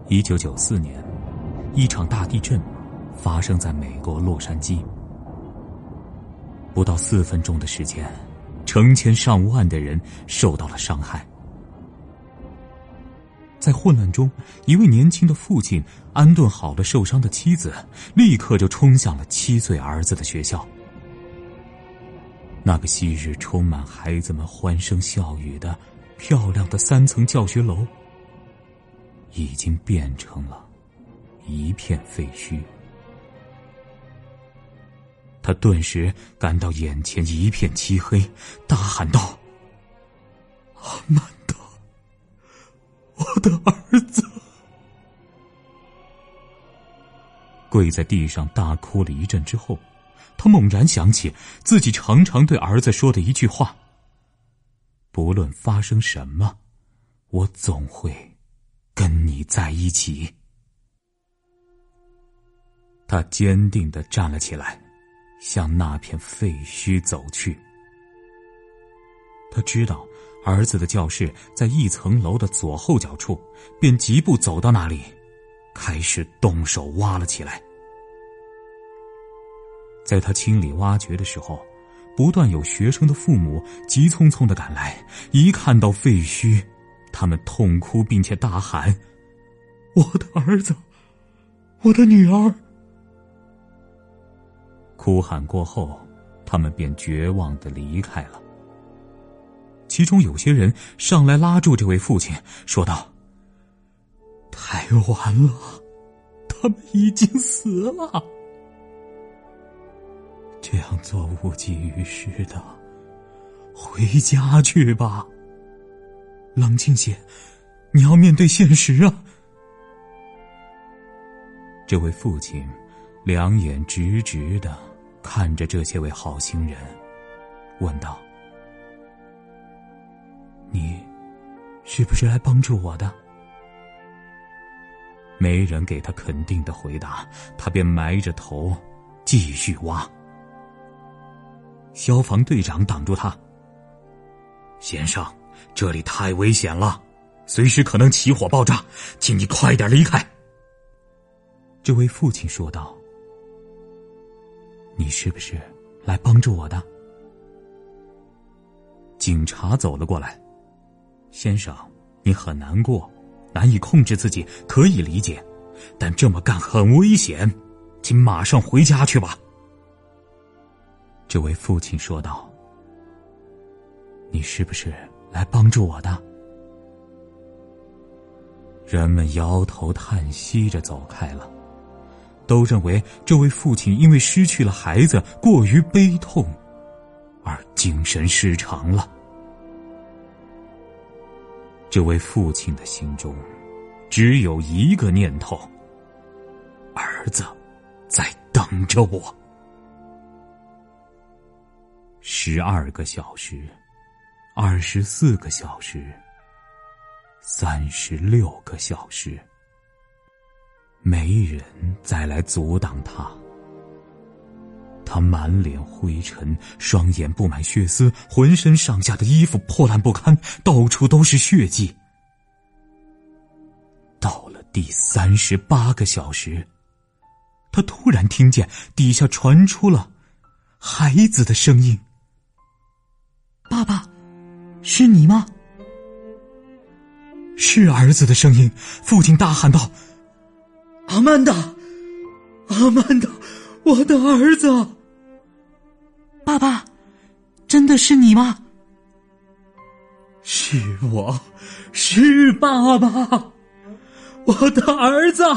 1994年，一场大地震发生在美国洛杉矶。不到4分钟的时间，成千上万的人受到了伤害。在混乱中，一位年轻的父亲安顿好了受伤的妻子，立刻就冲向了7岁儿子的学校。那个昔日充满孩子们欢声笑语的漂亮的3层教学楼，已经变成了一片废墟。他顿时感到眼前一片漆黑，大喊道：“阿曼达，我的儿子！”跪在地上大哭了一阵之后，他猛然想起自己常常对儿子说的一句话：“不论发生什么，我总会跟你在一起。”他坚定地站了起来，向那片废墟走去。他知道儿子的教室在1层楼的左后角处，便疾步走到那里，开始动手挖了起来。在他清理挖掘的时候，不断有学生的父母急匆匆地赶来，一看到废墟，他们痛哭并且大喊：“我的儿子，我的女儿！”哭喊过后，他们便绝望地离开了。其中有些人上来拉住这位父亲，说道：“太晚了，他们已经死了。”这样做无济于事的，回家去吧。冷静些，你要面对现实啊。这位父亲两眼直直地看着这些位好心人，问道：“你是不是来帮助我的？”没人给他肯定的回答，他便埋着头继续挖。消防队长挡住他：“先生，这里太危险了，随时可能起火爆炸，请你快点离开。”这位父亲说道：“你是不是来帮助我的？”警察走了过来：“先生，你很难过，难以控制自己，可以理解，但这么干很危险，请马上回家去吧。”这位父亲说道：“你是不是来帮助我的？”人们摇头叹息着走开了，都认为这位父亲因为失去了孩子过于悲痛而精神失常了。这位父亲的心中只有一个念头：儿子在等着我。12个小时，24个小时，36个小时，没人再来阻挡他。他满脸灰尘，双眼布满血丝，浑身上下的衣服破烂不堪，到处都是血迹。到了第38个小时，他突然听见底下传出了孩子的声音：“爸爸，是你吗？”是儿子的声音。父亲大喊道：“阿曼达，阿曼达，我的儿子！”“爸爸，真的是你吗？”“是我，是爸爸，我的儿子！”“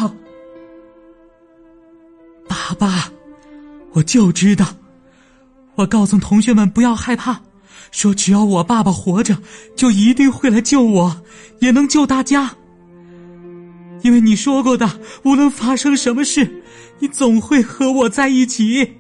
爸爸，我就知道，我告诉同学们不要害怕，说只要我爸爸活着，就一定会来救我，也能救大家。因为你说过的，无论发生什么事，你总会和我在一起。”“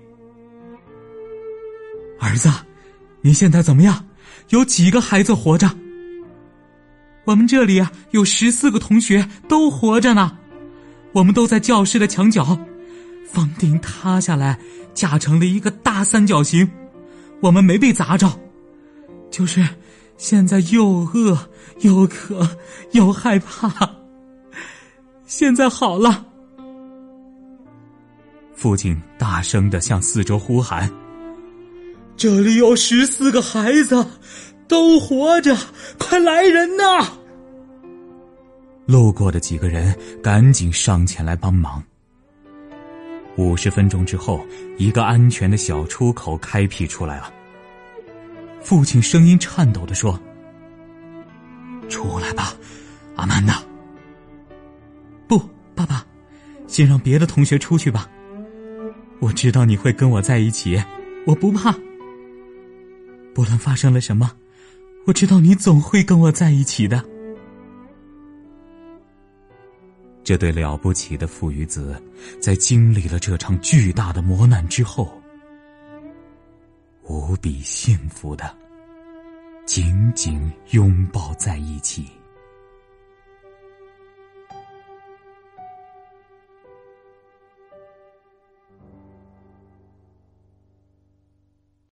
儿子，你现在怎么样？有几个孩子活着？”“我们这里有14个同学都活着呢，我们都在教室的墙角，房顶塌下来，架成了一个大三角形，我们没被砸着，就是现在又饿又渴又害怕。 现在好了。父亲大声地向四周呼喊：这里有14个孩子，都活着，快来人呐！路过的几个人赶紧上前来帮忙。50分钟之后，一个安全的小出口开辟出来了。父亲声音颤抖地说：出来吧，阿曼达。不，爸爸，先让别的同学出去吧。我知道你会跟我在一起，我不怕。不论发生了什么，我知道你总会跟我在一起的。这对了不起的父与子，在经历了这场巨大的磨难之后，无比幸福的紧紧拥抱在一起。